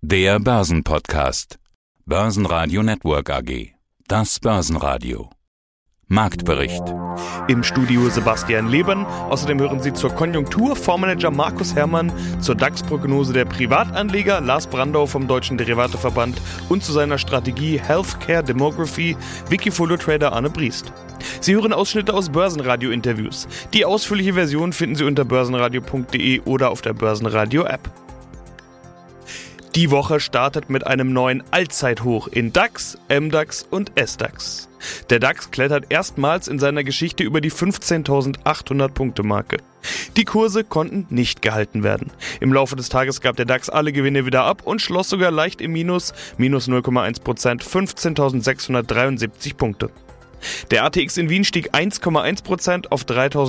Der Börsenpodcast. Börsenradio Network AG. Das Börsenradio. Marktbericht. Im Studio Sebastian Leben. Außerdem hören Sie zur Konjunktur Fondsmanager Markus Herrmann, zur DAX-Prognose der Privatanleger Lars Brandau vom Deutschen Derivateverband und zu seiner Strategie Healthcare Demography Wikifolio-Trader Arne Briest. Sie hören Ausschnitte aus Börsenradio-Interviews. Die ausführliche Version finden Sie unter börsenradio.de oder auf der Börsenradio-App. Die Woche startet mit einem neuen Allzeithoch in DAX, MDAX und SDAX. Der DAX klettert erstmals in seiner Geschichte über die 15.800 Punkte Marke. Die Kurse konnten nicht gehalten werden. Im Laufe des Tages gab der DAX alle Gewinne wieder ab und schloss sogar leicht im Minus, minus 0,1%, 15.673 Punkte. Der ATX in Wien stieg 1,1% auf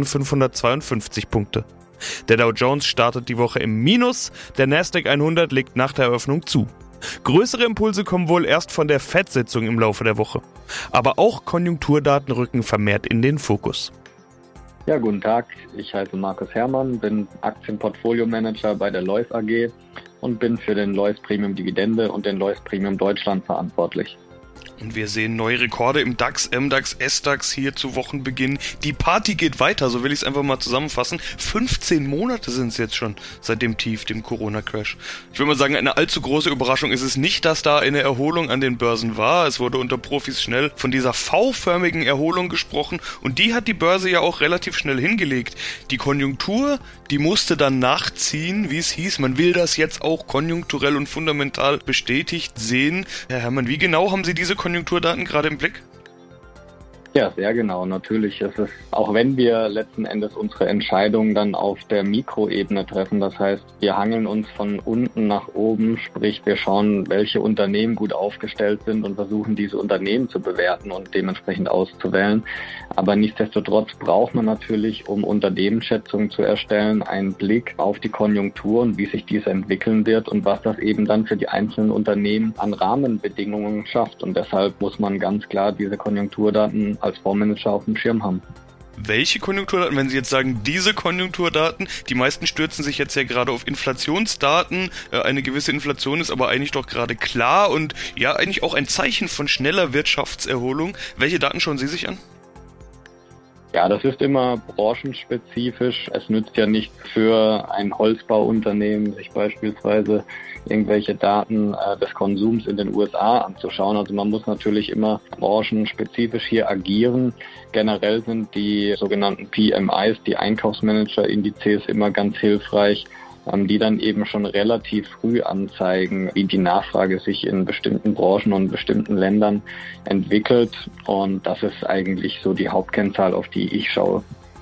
3.552 Punkte. Der Dow Jones startet die Woche im Minus, der Nasdaq 100 legt nach der Eröffnung zu. Größere Impulse kommen wohl erst von der FED-Sitzung im Laufe der Woche. Aber auch Konjunkturdaten rücken vermehrt in den Fokus. Ja, guten Tag, ich heiße Markus Herrmann, bin Aktienportfolio-Manager bei der Lois AG und bin für den Lois Premium Dividende und den Lois Premium Deutschland verantwortlich. Und wir sehen neue Rekorde im DAX, MDAX, SDAX hier zu Wochenbeginn. Die Party geht weiter, so will ich es einfach mal zusammenfassen. 15 Monate sind es jetzt schon seit dem Tief, dem Corona-Crash. Ich würde mal sagen, eine allzu große Überraschung ist es nicht, dass da eine Erholung an den Börsen war. Es wurde unter Profis schnell von dieser V-förmigen Erholung gesprochen und die hat die Börse ja auch relativ schnell hingelegt. Die Konjunktur, die musste dann nachziehen, wie es hieß. Man will das jetzt auch konjunkturell und fundamental bestätigt sehen. Herr Herrmann, wie genau haben Sie diese Konjunkturdaten gerade im Blick? Ja, sehr genau. Natürlich ist es, auch wenn wir letzten Endes unsere Entscheidungen dann auf der Mikroebene treffen, das heißt, wir hangeln uns von unten nach oben, sprich wir schauen, welche Unternehmen gut aufgestellt sind und versuchen, diese Unternehmen zu bewerten und dementsprechend auszuwählen. Aber nichtsdestotrotz braucht man natürlich, um Unternehmensschätzungen zu erstellen, einen Blick auf die Konjunktur und wie sich diese entwickeln wird und was das eben dann für die einzelnen Unternehmen an Rahmenbedingungen schafft. Und deshalb muss man ganz klar diese Konjunkturdaten als Fondsmanager auf dem Schirm haben. Welche Konjunkturdaten, wenn Sie jetzt sagen, diese Konjunkturdaten, die meisten stürzen sich jetzt ja gerade auf Inflationsdaten, eine gewisse Inflation ist aber eigentlich doch gerade klar und ja eigentlich auch ein Zeichen von schneller Wirtschaftserholung. Welche Daten schauen Sie sich an? Ja, das ist immer branchenspezifisch. Es nützt ja nicht für ein Holzbauunternehmen, sich beispielsweise irgendwelche Daten des Konsums in den USA anzuschauen. Also man muss natürlich immer branchenspezifisch hier agieren. Generell sind die sogenannten PMIs, die Einkaufsmanager-Indizes, immer ganz hilfreich, die dann eben schon relativ früh anzeigen, wie die Nachfrage sich in bestimmten Branchen und bestimmten Ländern entwickelt. Und das ist eigentlich so die Hauptkennzahl, auf die ich schaue.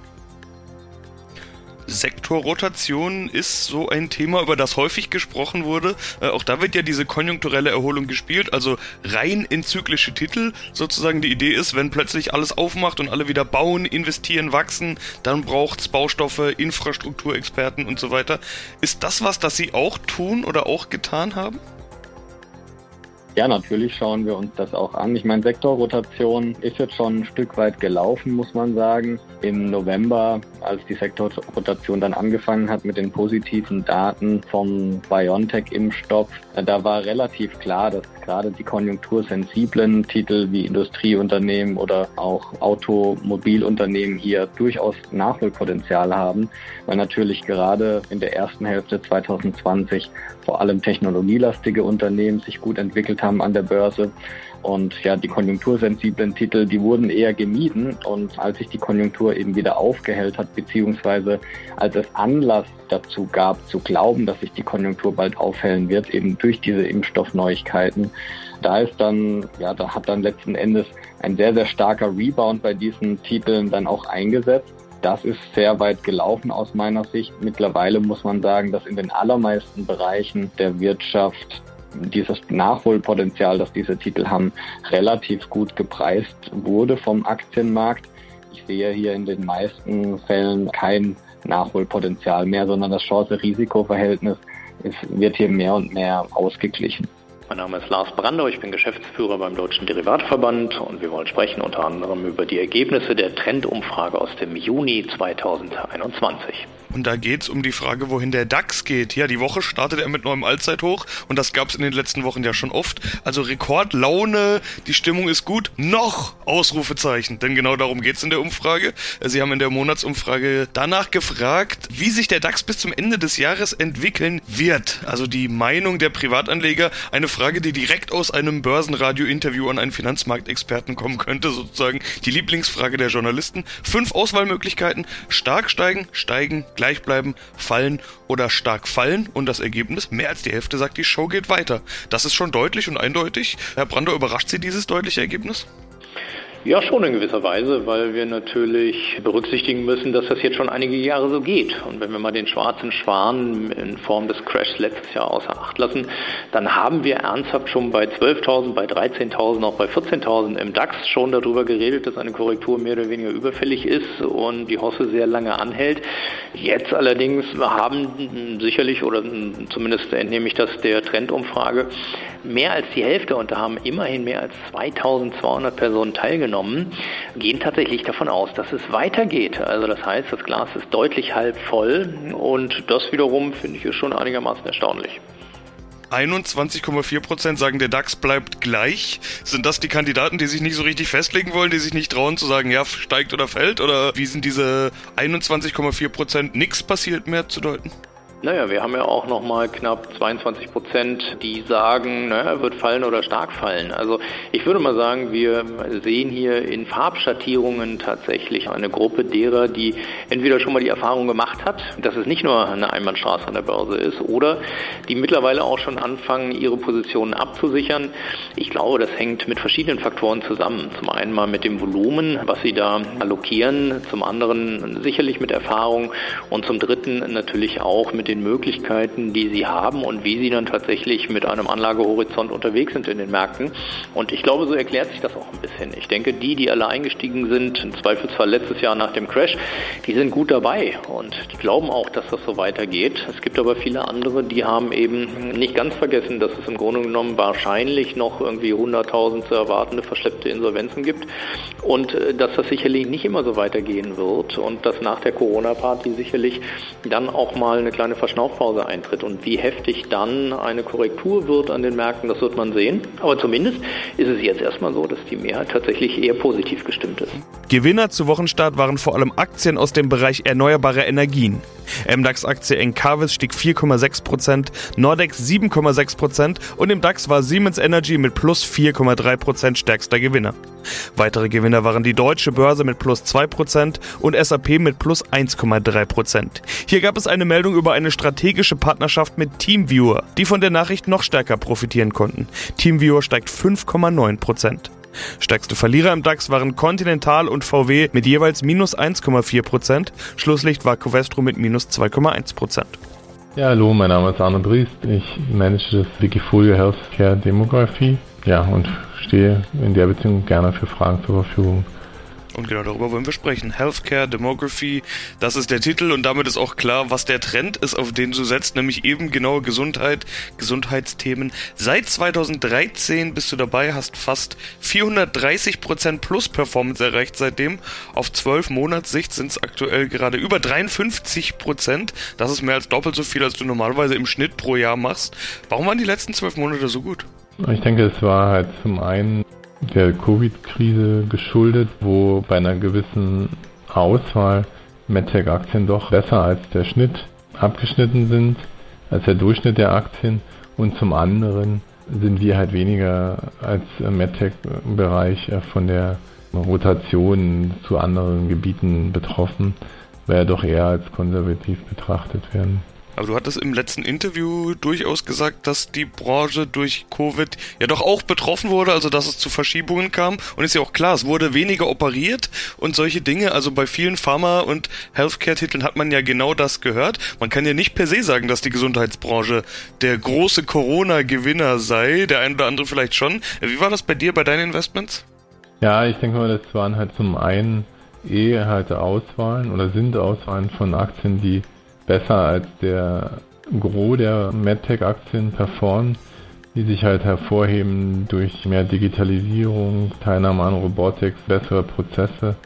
Sektorrotation ist so ein Thema, über das häufig gesprochen wurde. Auch da wird ja diese konjunkturelle Erholung gespielt, also rein in zyklische Titel. Sozusagen die Idee ist, wenn plötzlich alles aufmacht und alle wieder bauen, investieren, wachsen, dann braucht's Baustoffe, Infrastrukturexperten und so weiter. Ist das was, das Sie auch tun oder auch getan haben? Ja, natürlich schauen wir uns das auch an. Ich meine, Sektorrotation ist jetzt schon ein Stück weit gelaufen, muss man sagen. Im November, als die Sektorrotation dann angefangen hat mit den positiven Daten vom BioNTech-Impfstoff, da war relativ klar, dass gerade die konjunktursensiblen Titel wie Industrieunternehmen oder auch Automobilunternehmen hier durchaus Nachholpotenzial haben, weil natürlich gerade in der ersten Hälfte 2020 vor allem technologielastige Unternehmen sich gut entwickelt haben an der Börse. Und ja, die konjunktursensiblen Titel, die wurden eher gemieden. Und als sich die Konjunktur eben wieder aufgehellt hat, beziehungsweise als es Anlass dazu gab, zu glauben, dass sich die Konjunktur bald aufhellen wird, eben durch diese Impfstoffneuigkeiten, da hat dann letzten Endes ein sehr, sehr starker Rebound bei diesen Titeln dann auch eingesetzt. Das ist sehr weit gelaufen aus meiner Sicht. Mittlerweile muss man sagen, dass in den allermeisten Bereichen der Wirtschaft dieses Nachholpotenzial, das diese Titel haben, relativ gut gepreist wurde vom Aktienmarkt. Ich sehe hier in den meisten Fällen kein Nachholpotenzial mehr, sondern das Chance-Risiko-Verhältnis wird hier mehr und mehr ausgeglichen. Mein Name ist Lars Brandau, ich bin Geschäftsführer beim Deutschen Derivateverband und wir wollen sprechen unter anderem über die Ergebnisse der Trendumfrage aus dem Juni 2021. Und da geht's um die Frage, wohin der DAX geht. Ja, die Woche startet er mit neuem Allzeithoch und das gab's in den letzten Wochen ja schon oft. Also Rekordlaune, die Stimmung ist gut, noch Ausrufezeichen. Denn genau darum geht's in der Umfrage. Sie haben in der Monatsumfrage danach gefragt, wie sich der DAX bis zum Ende des Jahres entwickeln wird. Also die Meinung der Privatanleger, eine Frage, die direkt aus einem Börsenradio-Interview an einen Finanzmarktexperten kommen könnte, sozusagen die Lieblingsfrage der Journalisten. 5 Auswahlmöglichkeiten: stark steigen, steigen, gleich bleiben, fallen oder stark fallen. Und das Ergebnis, mehr als die Hälfte sagt, die Show geht weiter. Das ist schon deutlich und eindeutig. Herr Brandau, überrascht Sie dieses deutliche Ergebnis? Ja, schon in gewisser Weise, weil wir natürlich berücksichtigen müssen, dass das jetzt schon einige Jahre so geht. Und wenn wir mal den schwarzen Schwan in Form des Crashs letztes Jahr außer Acht lassen, dann haben wir ernsthaft schon bei 12.000, bei 13.000, auch bei 14.000 im DAX schon darüber geredet, dass eine Korrektur mehr oder weniger überfällig ist und die Hosse sehr lange anhält. Jetzt allerdings haben sicherlich, oder zumindest entnehme ich das der Trendumfrage, mehr als die Hälfte, und da haben immerhin mehr als 2.200 Personen teilgenommen, gehen tatsächlich davon aus, dass es weitergeht. Also das heißt, das Glas ist deutlich halb voll und das wiederum, finde ich, ist schon einigermaßen erstaunlich. 21,4% sagen, der DAX bleibt gleich. Sind das die Kandidaten, die sich nicht so richtig festlegen wollen, die sich nicht trauen zu sagen, ja, steigt oder fällt? Oder wie sind diese 21,4% nichts passiert mehr zu deuten? Naja, wir haben ja auch nochmal knapp 22%, die sagen, naja, wird fallen oder stark fallen. Also ich würde mal sagen, wir sehen hier in Farbschattierungen tatsächlich eine Gruppe derer, die entweder schon mal die Erfahrung gemacht hat, dass es nicht nur eine Einbahnstraße an der Börse ist, oder die mittlerweile auch schon anfangen, ihre Positionen abzusichern. Ich glaube, das hängt mit verschiedenen Faktoren zusammen. Zum einen mal mit dem Volumen, was sie da allokieren, zum anderen sicherlich mit Erfahrung und zum dritten natürlich auch mit den Möglichkeiten, die sie haben und wie sie dann tatsächlich mit einem Anlagehorizont unterwegs sind in den Märkten. Und ich glaube, so erklärt sich das auch ein bisschen. Ich denke, die alle eingestiegen sind, im Zweifelsfall letztes Jahr nach dem Crash, die sind gut dabei und die glauben auch, dass das so weitergeht. Es gibt aber viele andere, die haben eben nicht ganz vergessen, dass es im Grunde genommen wahrscheinlich noch irgendwie 100.000 zu erwartende verschleppte Insolvenzen gibt und dass das sicherlich nicht immer so weitergehen wird und dass nach der Corona-Party sicherlich dann auch mal eine kleine Verschnaufpause eintritt. Und wie heftig dann eine Korrektur wird an den Märkten, das wird man sehen. Aber zumindest ist es jetzt erstmal so, dass die Mehrheit tatsächlich eher positiv gestimmt ist. Gewinner zu Wochenstart waren vor allem Aktien aus dem Bereich erneuerbare Energien. MDAX-Aktie Encavis stieg 4,6%, Nordex 7,6% und im DAX war Siemens Energy mit plus 4,3% stärkster Gewinner. Weitere Gewinner waren die Deutsche Börse mit plus 2% und SAP mit plus 1,3%. Hier gab es eine Meldung über eine strategische Partnerschaft mit TeamViewer, die von der Nachricht noch stärker profitieren konnten. TeamViewer steigt 5,9%. Stärkste Verlierer im DAX waren Continental und VW mit jeweils minus 1,4%. Schlusslicht war Covestro mit minus 2,1%. Ja, hallo, mein Name ist Arno Briest. Ich manage das Wikifolio Healthcare Demography. Ja, und stehe in der Beziehung gerne für Fragen zur Verfügung. Und genau darüber wollen wir sprechen. Healthcare, Demography, das ist der Titel und damit ist auch klar, was der Trend ist, auf den du setzt, nämlich eben genau Gesundheit, Gesundheitsthemen. Seit 2013 bist du dabei, hast fast 430% plus Performance erreicht seitdem. Auf 12 Monatssicht sind es aktuell gerade über 53%. Das ist mehr als doppelt so viel, als du normalerweise im Schnitt pro Jahr machst. Warum waren die letzten 12 Monate so gut? Ich denke, es war halt zum einen der Covid-Krise geschuldet, wo bei einer gewissen Auswahl MedTech-Aktien doch besser als der Schnitt abgeschnitten sind, als der Durchschnitt der Aktien. Und zum anderen sind wir halt weniger als MedTech-Bereich von der Rotation zu anderen Gebieten betroffen, weil ja doch eher als konservativ betrachtet werden. Aber du hattest im letzten Interview durchaus gesagt, dass die Branche durch Covid ja doch auch betroffen wurde, also dass es zu Verschiebungen kam. Und ist ja auch klar, es wurde weniger operiert und solche Dinge. Also bei vielen Pharma- und Healthcare-Titeln hat man ja genau das gehört. Man kann ja nicht per se sagen, dass die Gesundheitsbranche der große Corona-Gewinner sei. Der ein oder andere vielleicht schon. Wie war das bei dir, bei deinen Investments? Ja, ich denke mal, das waren halt zum einen halt Auswahlen oder sind Auswahlen von Aktien, die besser als der Gros der MedTech-Aktien performen, die sich halt hervorheben durch mehr Digitalisierung, Teilnahme an Robotics, bessere Prozesse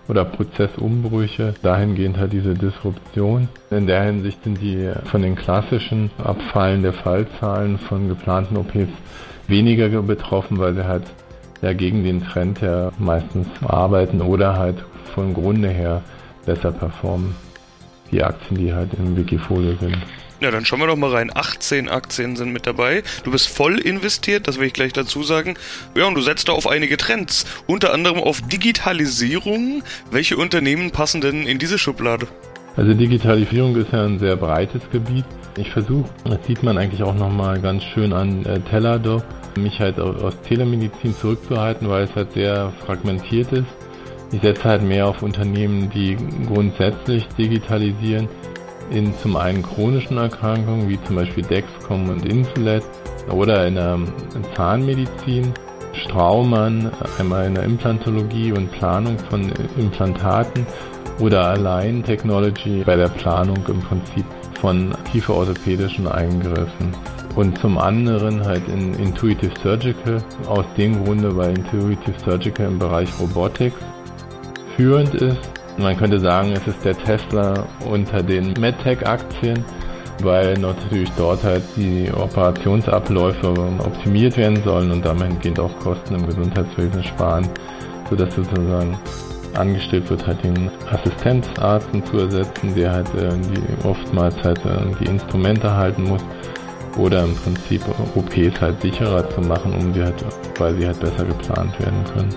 oder Prozessumbrüche, dahingehend halt diese Disruption. In der Hinsicht sind die von den klassischen Abfallen der Fallzahlen von geplanten OPs weniger betroffen, weil sie halt ja gegen den Trend her meistens arbeiten oder halt vom Grunde her besser performen, die Aktien, die halt im Wikifolio sind. Ja, dann schauen wir doch mal rein. 18 Aktien sind mit dabei. Du bist voll investiert, das will ich gleich dazu sagen. Ja, und du setzt da auf einige Trends. Unter anderem auf Digitalisierung. Welche Unternehmen passen denn in diese Schublade? Also Digitalisierung ist ja ein sehr breites Gebiet. Ich versuche, das sieht man eigentlich auch nochmal ganz schön an Teladoc, mich halt aus Telemedizin zurückzuhalten, weil es halt sehr fragmentiert ist. Ich setze halt mehr auf Unternehmen, die grundsätzlich digitalisieren, in zum einen chronischen Erkrankungen, wie zum Beispiel Dexcom und Insulet, oder in der Zahnmedizin, Straumann, einmal in der Implantologie und Planung von Implantaten, oder Align Technology bei der Planung im Prinzip von kieferorthopädischen Eingriffen. Und zum anderen halt in Intuitive Surgical, aus dem Grunde, weil Intuitive Surgical im Bereich Robotics führend ist. Man könnte sagen, es ist der Tesla unter den MedTech-Aktien, weil natürlich dort halt die Operationsabläufe optimiert werden sollen und damit auch Kosten im Gesundheitswesen sparen, sodass sozusagen angestellt wird, halt den Assistenzarzen zu ersetzen, der halt oftmals halt die Instrumente halten muss, oder im Prinzip OPs halt sicherer zu machen, weil sie halt besser geplant werden können.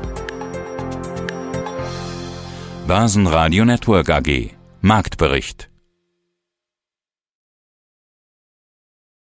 Börsenradio Network AG. Marktbericht.